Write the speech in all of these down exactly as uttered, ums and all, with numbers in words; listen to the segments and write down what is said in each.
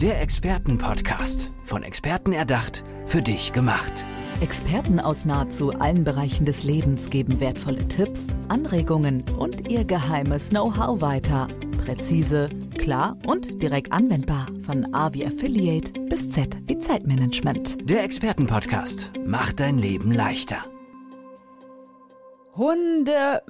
Der Experten-Podcast. Von Experten erdacht, für dich gemacht. Experten aus nahezu allen Bereichen des Lebens geben wertvolle Tipps, Anregungen und ihr geheimes Know-how weiter. Präzise, klar und direkt anwendbar. Von A wie Affiliate bis Z wie Zeitmanagement. Der Experten-Podcast macht dein Leben leichter. Hunde,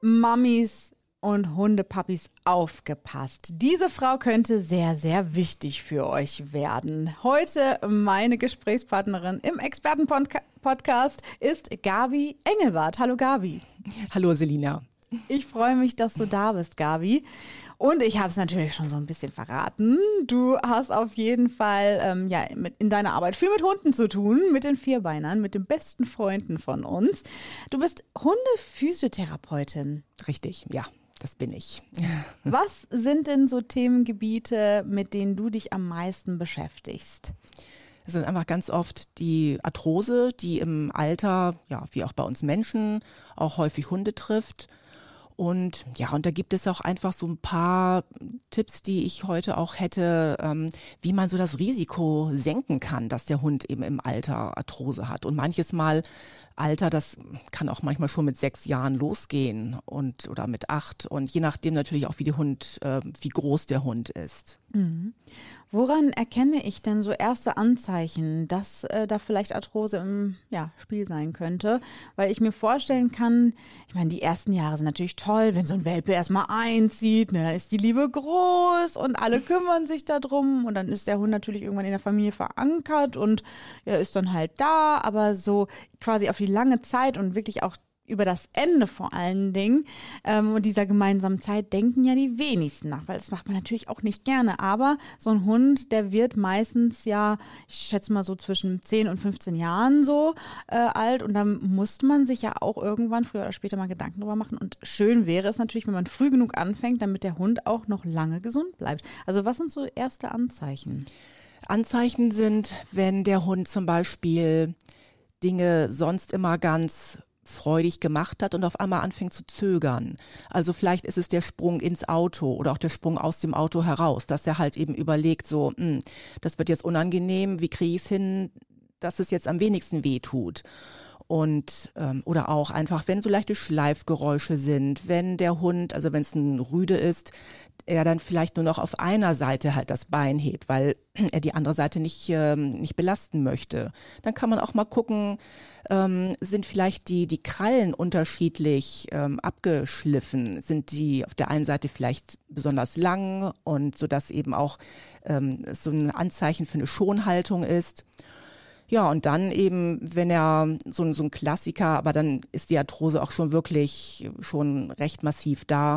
Mamis und Hundepapis, aufgepasst. Diese Frau könnte sehr, sehr wichtig für euch werden. Heute meine Gesprächspartnerin im Experten-Podcast ist Gabi Engelbart. Hallo Gabi. Hallo Selina. Ich freue mich, dass du da bist, Gabi. Und ich habe es natürlich schon so ein bisschen verraten. Du hast auf jeden Fall ähm, ja, mit, in deiner Arbeit viel mit Hunden zu tun, mit den Vierbeinern, mit den besten Freunden von uns. Du bist Hundephysiotherapeutin. Richtig, ja, das bin ich. Was sind denn so Themengebiete, mit denen du dich am meisten beschäftigst? Es sind einfach ganz oft die Arthrose, die im Alter, ja, wie auch bei uns Menschen, auch häufig Hunde trifft. Und ja, und da gibt es auch einfach so ein paar Tipps, die ich heute auch hätte, ähm, wie man so das Risiko senken kann, dass der Hund eben im Alter Arthrose hat. Und manches Mal Alter, das kann auch manchmal schon mit sechs Jahren losgehen und oder mit acht. Und je nachdem natürlich auch, wie der Hund, äh, wie groß der Hund ist. Mhm. Woran erkenne ich denn so erste Anzeichen, dass äh, da vielleicht Arthrose im ja, Spiel sein könnte? Weil ich mir vorstellen kann, ich meine, die ersten Jahre sind natürlich toll, wenn so ein Welpe erstmal einzieht, ne, dann ist die Liebe groß und alle kümmern sich darum und dann ist der Hund natürlich irgendwann in der Familie verankert und ja, ist dann halt da, aber so quasi auf die lange Zeit und wirklich auch über das Ende vor allen Dingen ähm, und dieser gemeinsamen Zeit denken ja die wenigsten nach, weil das macht man natürlich auch nicht gerne. Aber so ein Hund, der wird meistens ja, ich schätze mal so zwischen zehn und fünfzehn Jahren so äh, alt und dann muss man sich ja auch irgendwann früher oder später mal Gedanken drüber machen. Und schön wäre es natürlich, wenn man früh genug anfängt, damit der Hund auch noch lange gesund bleibt. Also was sind so erste Anzeichen? Anzeichen sind, wenn der Hund zum Beispiel Dinge sonst immer ganz freudig gemacht hat und auf einmal anfängt zu zögern. Also vielleicht ist es der Sprung ins Auto oder auch der Sprung aus dem Auto heraus, dass er halt eben überlegt, so, mh, das wird jetzt unangenehm, wie kriege ich es hin, dass es jetzt am wenigsten weh tut. Und ähm, oder auch einfach, wenn so leichte Schleifgeräusche sind, wenn der Hund, also wenn es ein Rüde ist, er dann vielleicht nur noch auf einer Seite halt das Bein hebt, weil er die andere Seite nicht ähm, nicht belasten möchte. Dann kann man auch mal gucken, ähm, sind vielleicht die die Krallen unterschiedlich ähm, abgeschliffen, sind die auf der einen Seite vielleicht besonders lang und so dass eben auch ähm, so ein Anzeichen für eine Schonhaltung ist. Ja, und dann eben, wenn er so, so ein Klassiker, aber dann ist die Arthrose auch schon wirklich schon recht massiv da,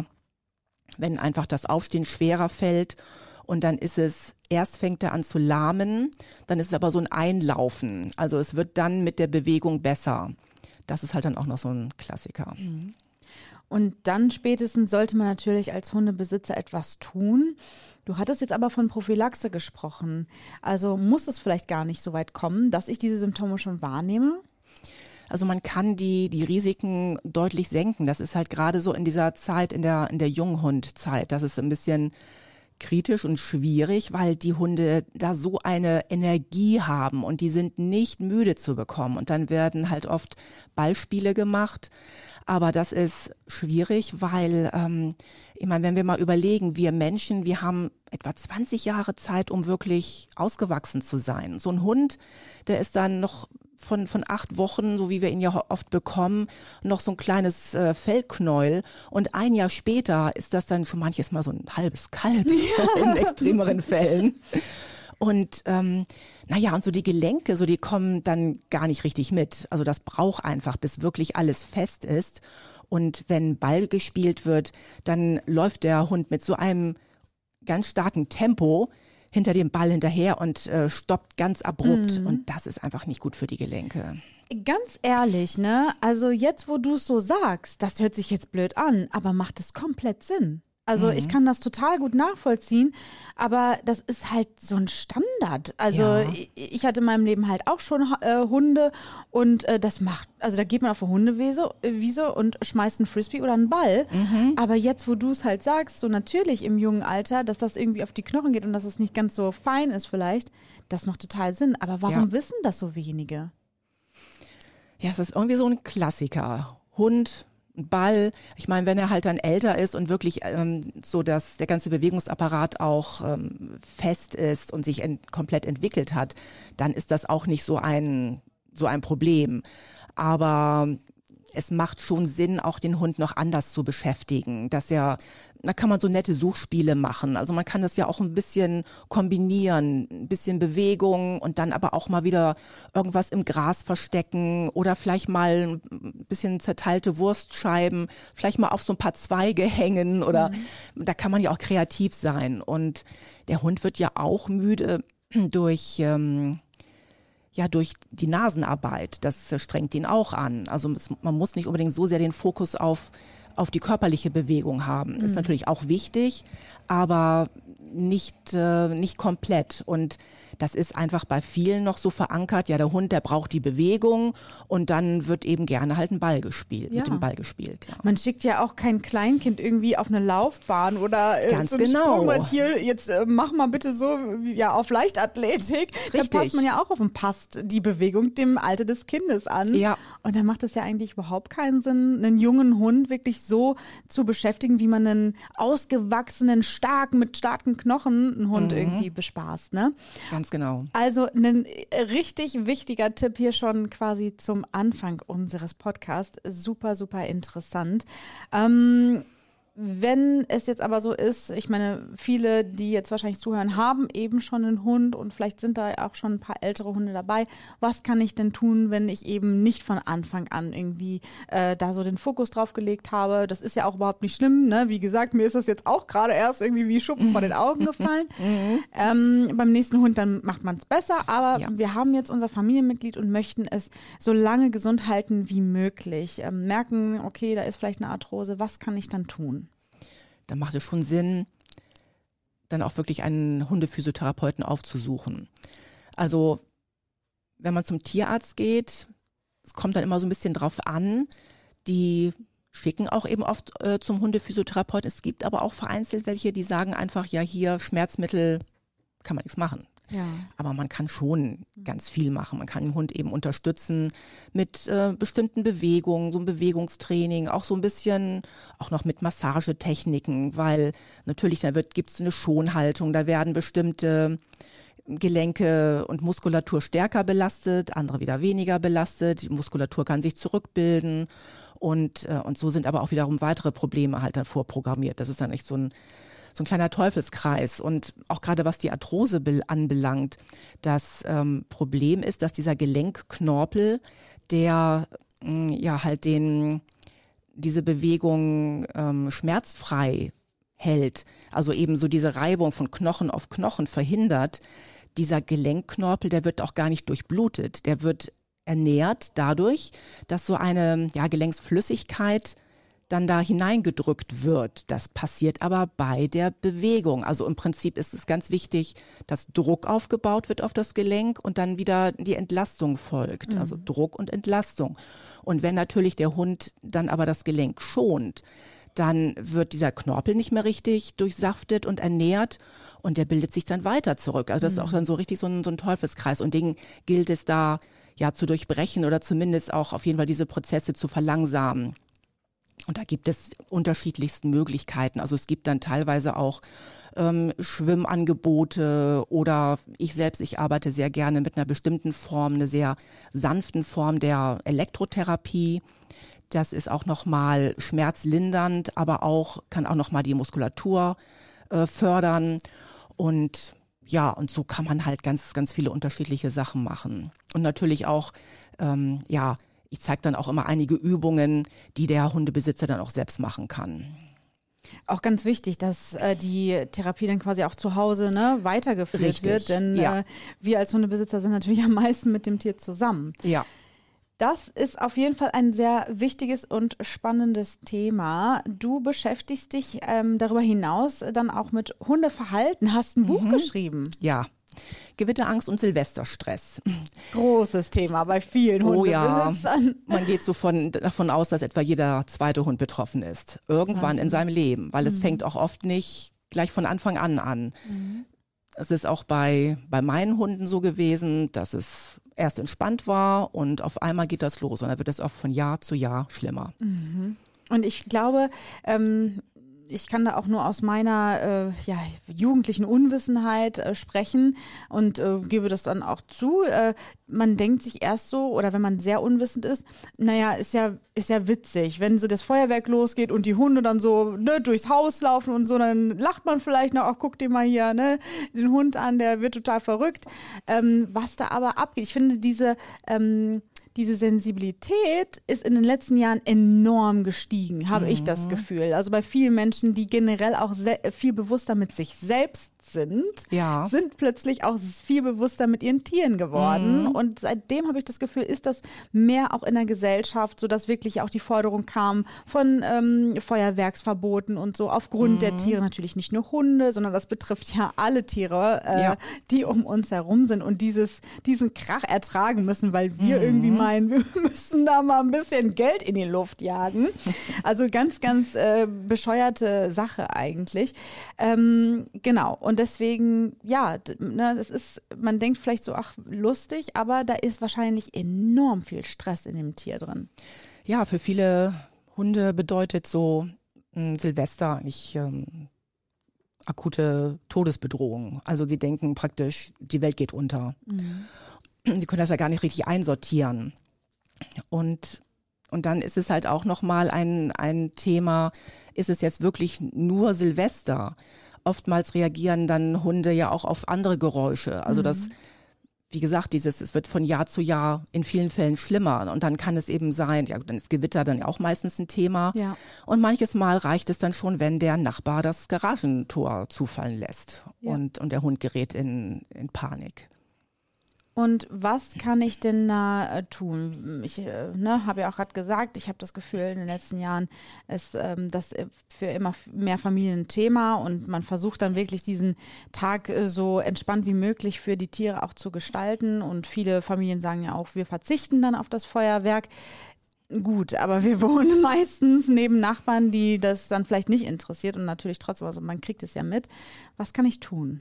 wenn einfach das Aufstehen schwerer fällt und dann ist es, erst fängt er an zu lahmen, dann ist es aber so ein Einlaufen. Also es wird dann mit der Bewegung besser. Das ist halt dann auch noch so ein Klassiker. Mhm. Und dann spätestens sollte man natürlich als Hundebesitzer etwas tun. Du hattest jetzt aber von Prophylaxe gesprochen. Also muss es vielleicht gar nicht so weit kommen, dass ich diese Symptome schon wahrnehme? Also man kann die die Risiken deutlich senken. Das ist halt gerade so in dieser Zeit, in der in der Junghundzeit. Das ist ein bisschen kritisch und schwierig, weil die Hunde da so eine Energie haben und die sind nicht müde zu bekommen. Und dann werden halt oft Ballspiele gemacht. Aber das ist schwierig, weil, ähm, ich meine, wenn wir mal überlegen, wir Menschen, wir haben etwa zwanzig Jahre Zeit, um wirklich ausgewachsen zu sein. So ein Hund, der ist dann noch von von acht Wochen, so wie wir ihn ja oft bekommen, noch so ein kleines äh, Fellknäuel und ein Jahr später ist das dann schon manches Mal so ein halbes Kalb ja. in extremeren Fällen. Und ähm, naja, und so die Gelenke, so die kommen dann gar nicht richtig mit. Also das braucht einfach, bis wirklich alles fest ist. Und wenn Ball gespielt wird, dann läuft der Hund mit so einem ganz starken Tempo hinter dem Ball hinterher und äh, stoppt ganz abrupt. Mhm. Und das ist einfach nicht gut für die Gelenke. Ganz ehrlich, ne? Also jetzt, wo du es so sagst, das hört sich jetzt blöd an, aber macht es komplett Sinn. Also Mhm. ich kann das total gut nachvollziehen, aber das ist halt so ein Standard. Also Ja. ich, ich hatte in meinem Leben halt auch schon äh, Hunde und äh, das macht, also da geht man auf eine Hundewiese äh, Wiese und schmeißt einen Frisbee oder einen Ball. Mhm. Aber jetzt, wo du es halt sagst, so natürlich im jungen Alter, dass das irgendwie auf die Knochen geht und dass es nicht ganz so fein ist vielleicht, das macht total Sinn. Aber warum Ja. wissen das so wenige? Ja, es ist irgendwie so ein Klassiker. Hund, Ball. Ich meine, wenn er halt dann älter ist und wirklich ähm, so, dass der ganze Bewegungsapparat auch ähm, fest ist und sich ent- komplett entwickelt hat, dann ist das auch nicht so ein so ein Problem. Aber es macht schon Sinn, auch den Hund noch anders zu beschäftigen, dass er, da kann man so nette Suchspiele machen. Also man kann das ja auch ein bisschen kombinieren, ein bisschen Bewegung und dann aber auch mal wieder irgendwas im Gras verstecken oder vielleicht mal ein bisschen zerteilte Wurstscheiben, vielleicht mal auf so ein paar Zweige hängen oder mhm. da kann man ja auch kreativ sein. Und der Hund wird ja auch müde durch ähm, ja, durch die Nasenarbeit, das strengt ihn auch an. Also es, man muss nicht unbedingt so sehr den Fokus auf, auf die körperliche Bewegung haben. Mhm. Ist natürlich auch wichtig, aber nicht, äh, nicht komplett. Und das ist einfach bei vielen noch so verankert, ja, der Hund, der braucht die Bewegung und dann wird eben gerne halt ein Ball gespielt, Ja. mit dem Ball gespielt. Ja. Man schickt ja auch kein Kleinkind irgendwie auf eine Laufbahn oder äh, Ganz so ein genau. Sprungbrett hier, jetzt äh, mach mal bitte so ja auf Leichtathletik. Da Richtig. passt man ja auch auf und passt die Bewegung dem Alter des Kindes an. Ja. Und dann macht es ja eigentlich überhaupt keinen Sinn, einen jungen Hund wirklich so zu beschäftigen, wie man einen ausgewachsenen, starken, mit starken Knochen einen Hund Mhm. irgendwie bespaßt, ne? Ganz genau. Also ein richtig wichtiger Tipp hier schon quasi zum Anfang unseres Podcasts. Super, super interessant. Ähm, wenn es jetzt aber so ist, ich meine, viele, die jetzt wahrscheinlich zuhören, haben eben schon einen Hund und vielleicht sind da auch schon ein paar ältere Hunde dabei. Was kann ich denn tun, wenn ich eben nicht von Anfang an irgendwie äh, da so den Fokus drauf gelegt habe? Das ist ja auch überhaupt nicht schlimm, ne? Wie gesagt, mir ist das jetzt auch gerade erst irgendwie wie Schuppen vor den Augen gefallen. ähm, beim nächsten Hund, dann macht man es besser, aber Ja. wir haben jetzt unser Familienmitglied und möchten es so lange gesund halten wie möglich. Ähm, merken, okay, da ist vielleicht eine Arthrose, was kann ich dann tun? Dann macht es schon Sinn, dann auch wirklich einen Hundephysiotherapeuten aufzusuchen. Also wenn man zum Tierarzt geht, es kommt dann immer so ein bisschen drauf an, die schicken auch eben oft äh, zum Hundephysiotherapeuten. Es gibt aber auch vereinzelt welche, die sagen einfach, ja hier Schmerzmittel, kann man nichts machen. Ja. Aber man kann schon ganz viel machen. Man kann den Hund eben unterstützen mit äh, bestimmten Bewegungen, so ein Bewegungstraining, auch so ein bisschen, auch noch mit Massagetechniken, weil natürlich, da wird, gibt's eine Schonhaltung, da werden bestimmte Gelenke und Muskulatur stärker belastet, andere wieder weniger belastet. Die Muskulatur kann sich zurückbilden und, äh, und so sind aber auch wiederum weitere Probleme halt dann vorprogrammiert. Das ist dann echt so ein so ein kleiner Teufelskreis. Und auch gerade was die Arthrose anbelangt, das ähm, Problem ist, dass dieser Gelenkknorpel, der mh, ja halt den diese Bewegung ähm, schmerzfrei hält, also eben so diese Reibung von Knochen auf Knochen verhindert, dieser Gelenkknorpel, der wird auch gar nicht durchblutet. Der wird ernährt dadurch, dass so eine ja, Gelenksflüssigkeit dann da hineingedrückt wird. Das passiert aber bei der Bewegung. Also im Prinzip ist es ganz wichtig, dass Druck aufgebaut wird auf das Gelenk und dann wieder die Entlastung folgt. Mhm. Also Druck und Entlastung. Und wenn natürlich der Hund dann aber das Gelenk schont, dann wird dieser Knorpel nicht mehr richtig durchsaftet und ernährt und der bildet sich dann weiter zurück. Also das ist auch dann so richtig so ein, so ein Teufelskreis und den gilt es da ja zu durchbrechen oder zumindest auch auf jeden Fall diese Prozesse zu verlangsamen. Und da gibt es unterschiedlichsten Möglichkeiten. Also es gibt dann teilweise auch ähm, Schwimmangebote oder ich selbst, ich arbeite sehr gerne mit einer bestimmten Form, einer sehr sanften Form der Elektrotherapie. Das ist auch nochmal schmerzlindernd, aber auch kann auch nochmal die Muskulatur äh, fördern. Und ja, und so kann man halt ganz, ganz viele unterschiedliche Sachen machen. Und natürlich auch, ähm, ja, ich zeige dann auch immer einige Übungen, die der Hundebesitzer dann auch selbst machen kann. Auch ganz wichtig, dass äh, die Therapie dann quasi auch zu Hause ne, weitergeführt Richtig, wird, denn ja. äh, wir als Hundebesitzer sind natürlich am meisten mit dem Tier zusammen. Ja. Das ist auf jeden Fall ein sehr wichtiges und spannendes Thema. Du beschäftigst dich ähm, darüber hinaus dann auch mit Hundeverhalten, hast ein Buch Mhm. geschrieben. Ja, Gewitterangst und Silvesterstress. Großes Thema bei vielen Oh ja, Hundebesitzern. man geht so von, davon aus, dass etwa jeder zweite Hund betroffen ist. Irgendwann Wahnsinn. in seinem Leben, weil es fängt auch oft nicht gleich von Anfang an an. Es ist auch bei, bei meinen Hunden so gewesen, dass es erst entspannt war und auf einmal geht das los und dann wird es auch von Jahr zu Jahr schlimmer. Und ich glaube, ähm, ich kann da auch nur aus meiner äh, ja, jugendlichen Unwissenheit äh, sprechen und äh, gebe das dann auch zu. Äh, man denkt sich erst so, oder wenn man sehr unwissend ist, naja, ist ja, ist ja witzig, wenn so das Feuerwerk losgeht und die Hunde dann so ne, durchs Haus laufen und so, dann lacht man vielleicht noch, ach, guck dir mal hier ne, den Hund an, der wird total verrückt. Ähm, was da aber abgeht, ich finde diese ähm, Diese Sensibilität ist in den letzten Jahren enorm gestiegen, habe ich das Gefühl. Also bei vielen Menschen, die generell auch se- viel bewusster mit sich selbst sind, Ja. sind plötzlich auch viel bewusster mit ihren Tieren geworden. Mhm. Und seitdem habe ich das Gefühl, ist das mehr auch in der Gesellschaft, sodass wirklich auch die Forderung kam von ähm, Feuerwerksverboten und so aufgrund Mhm. der Tiere, natürlich nicht nur Hunde, sondern das betrifft ja alle Tiere, äh, Ja. die um uns herum sind und dieses, diesen Krach ertragen müssen, weil wir irgendwie meinen, wir müssen da mal ein bisschen Geld in die Luft jagen. Also ganz, ganz äh, bescheuerte Sache eigentlich. Ähm, genau. Und deswegen, ja, d- ne, das ist, man denkt vielleicht so, ach, lustig, aber da ist wahrscheinlich enorm viel Stress in dem Tier drin. Ja, für viele Hunde bedeutet so mh, Silvester eigentlich ähm, akute Todesbedrohung. Also sie denken praktisch, die Welt geht unter. Die können das ja gar nicht richtig einsortieren. Und, und dann ist es halt auch nochmal ein, ein Thema, ist es jetzt wirklich nur Silvester? Oftmals reagieren dann Hunde ja auch auf andere Geräusche. Also das, wie gesagt, dieses, es wird von Jahr zu Jahr in vielen Fällen schlimmer. Und dann kann es eben sein, ja, dann ist Gewitter dann auch meistens ein Thema. Ja. Und manches Mal reicht es dann schon, wenn der Nachbar das Garagentor zufallen lässt. Ja. Und, und der Hund gerät in, in Panik. Und was kann ich denn da äh, tun? Ich äh, ne, habe ja auch gerade gesagt, ich habe das Gefühl, in den letzten Jahren ist ähm, das äh, für immer f- mehr Familien ein Thema und man versucht dann wirklich diesen Tag äh, so entspannt wie möglich für die Tiere auch zu gestalten. Und viele Familien sagen ja auch, wir verzichten dann auf das Feuerwerk. Gut, aber wir wohnen meistens neben Nachbarn, die das dann vielleicht nicht interessiert und natürlich trotzdem, also man kriegt es ja mit. Was kann ich tun?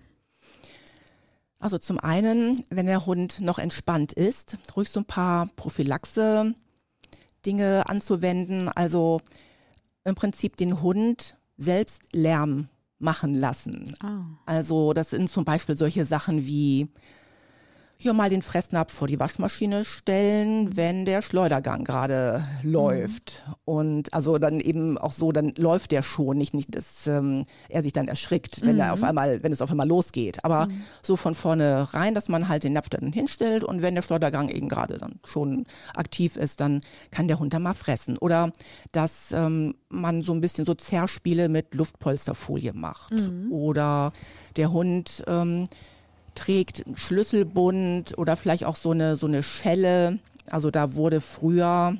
Also zum einen, wenn der Hund noch entspannt ist, ruhig so ein paar Prophylaxe-Dinge anzuwenden. Also im Prinzip den Hund selbst Lärm machen lassen. Ah. Also das sind zum Beispiel solche Sachen wie hier mal den Fressnapf vor die Waschmaschine stellen, wenn der Schleudergang gerade läuft. Und also dann eben auch so, dann läuft der schon, nicht, nicht dass ähm, er sich dann erschrickt, wenn er auf einmal, wenn es auf einmal losgeht. Aber so von vorne rein, dass man halt den Napf dann hinstellt und wenn der Schleudergang eben gerade dann schon aktiv ist, dann kann der Hund da mal fressen. Oder dass ähm, man so ein bisschen so Zerspiele mit Luftpolsterfolie macht. Oder der Hund ähm, trägt einen Schlüsselbund oder vielleicht auch so eine so eine Schelle. Also da wurde früher,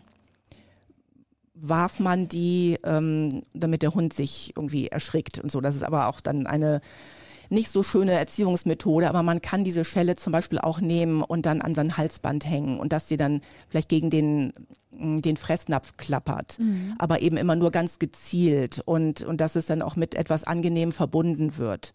warf man die, ähm, damit der Hund sich irgendwie erschrickt und so. Das ist aber auch dann eine nicht so schöne Erziehungsmethode, aber man kann diese Schelle zum Beispiel auch nehmen und dann an sein Halsband hängen und dass sie dann vielleicht gegen den den Fressnapf klappert, aber eben immer nur ganz gezielt und und dass es dann auch mit etwas angenehm verbunden wird.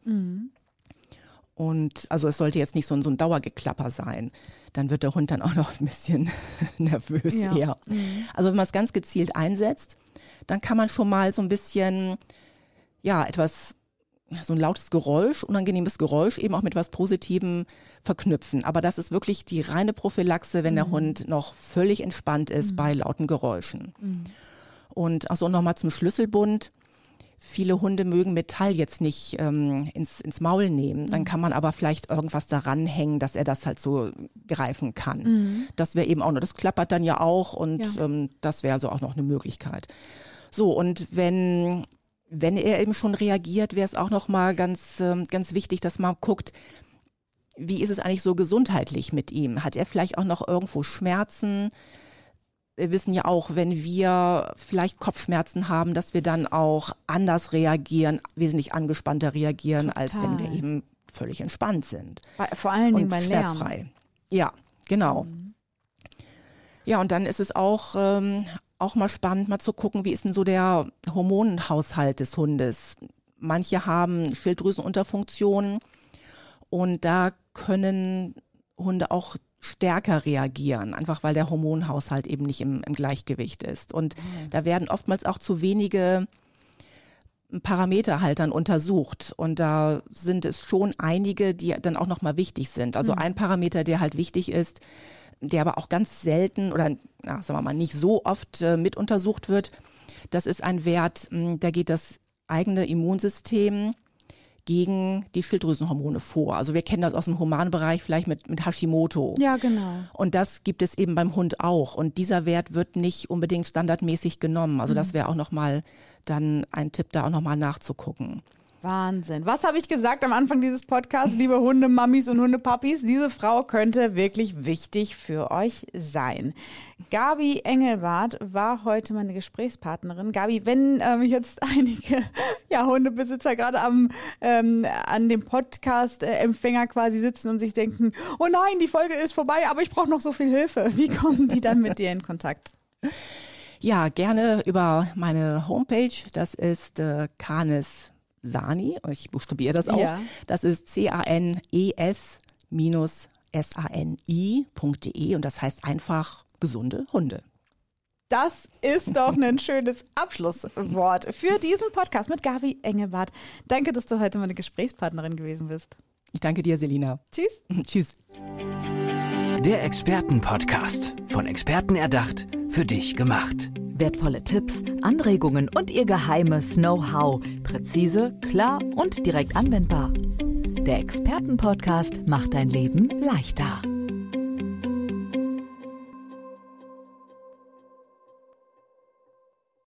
Und also es sollte jetzt nicht so ein, so ein Dauergeklapper sein. Dann wird der Hund dann auch noch ein bisschen nervös Ja. eher. Also wenn man es ganz gezielt einsetzt, dann kann man schon mal so ein bisschen, ja, etwas, so ein lautes Geräusch, unangenehmes Geräusch eben auch mit etwas Positivem verknüpfen. Aber das ist wirklich die reine Prophylaxe, wenn der Hund noch völlig entspannt ist bei lauten Geräuschen. Und ach so, nochmal zum Schlüsselbund. Viele Hunde mögen Metall jetzt nicht ähm, ins, ins Maul nehmen. Dann kann man aber vielleicht irgendwas daran hängen, dass er das halt so greifen kann. Das wäre eben auch noch, das klappert dann ja auch und Ja. ähm, das wäre also auch noch eine Möglichkeit. So, und wenn, wenn er eben schon reagiert, wäre es auch noch mal ganz, ähm, ganz wichtig, dass man guckt, wie ist es eigentlich so gesundheitlich mit ihm? Hat er vielleicht auch noch irgendwo Schmerzen? wir wissen ja auch, wenn wir vielleicht Kopfschmerzen haben, dass wir dann auch anders reagieren, wesentlich angespannter reagieren, Total. als wenn wir eben völlig entspannt sind. Bei, vor allen Dingen bei Lärm. Schmerzfrei. Ja, genau. Mhm. Ja, und dann ist es auch, ähm, auch mal spannend, mal zu gucken, wie ist denn so der Hormonhaushalt des Hundes. Manche haben Schilddrüsenunterfunktionen und da können Hunde auch stärker reagieren, einfach weil der Hormonhaushalt eben nicht im, im Gleichgewicht ist. Und mhm. da werden oftmals auch zu wenige Parameter halt dann untersucht. Und da sind es schon einige, die dann auch nochmal wichtig sind. Also mhm. ein Parameter, der halt wichtig ist, der aber auch ganz selten oder na, sagen wir mal nicht so oft äh, mit untersucht wird, das ist ein Wert, mh, da geht das eigene Immunsystem gegen die Schilddrüsenhormone vor. Also wir kennen das aus dem humanen Bereich vielleicht mit, mit Hashimoto. Ja, genau. Und das gibt es eben beim Hund auch. Und dieser Wert wird nicht unbedingt standardmäßig genommen. Also mhm. das wäre auch nochmal dann ein Tipp, da auch nochmal nachzugucken. Wahnsinn. Was habe ich gesagt am Anfang dieses Podcasts, liebe Hundemamis und Hundepapis? Diese Frau könnte wirklich wichtig für euch sein. Gabi Engelbart war heute meine Gesprächspartnerin. Gabi, wenn ähm, jetzt einige ja, Hundebesitzer gerade am ähm, an dem Podcast-Empfänger quasi sitzen und sich denken, oh nein, die Folge ist vorbei, aber ich brauche noch so viel Hilfe. Wie kommen die dann mit dir in Kontakt? Ja, gerne über meine Homepage. Das ist äh, Canis Sani, ich buchstabiere das auch, ja. Das ist C A N E S S A N I punkt D E und das heißt einfach gesunde Hunde. Das ist doch ein schönes Abschlusswort für diesen Podcast mit Gabi Engelbart. Danke, dass du heute meine Gesprächspartnerin gewesen bist. Ich danke dir, Selina. Tschüss. Tschüss. Der Expertenpodcast, von Experten erdacht, für dich gemacht. Wertvolle Tipps, Anregungen und ihr geheimes Know-how. Präzise, klar und direkt anwendbar. Der Expertenpodcast macht dein Leben leichter.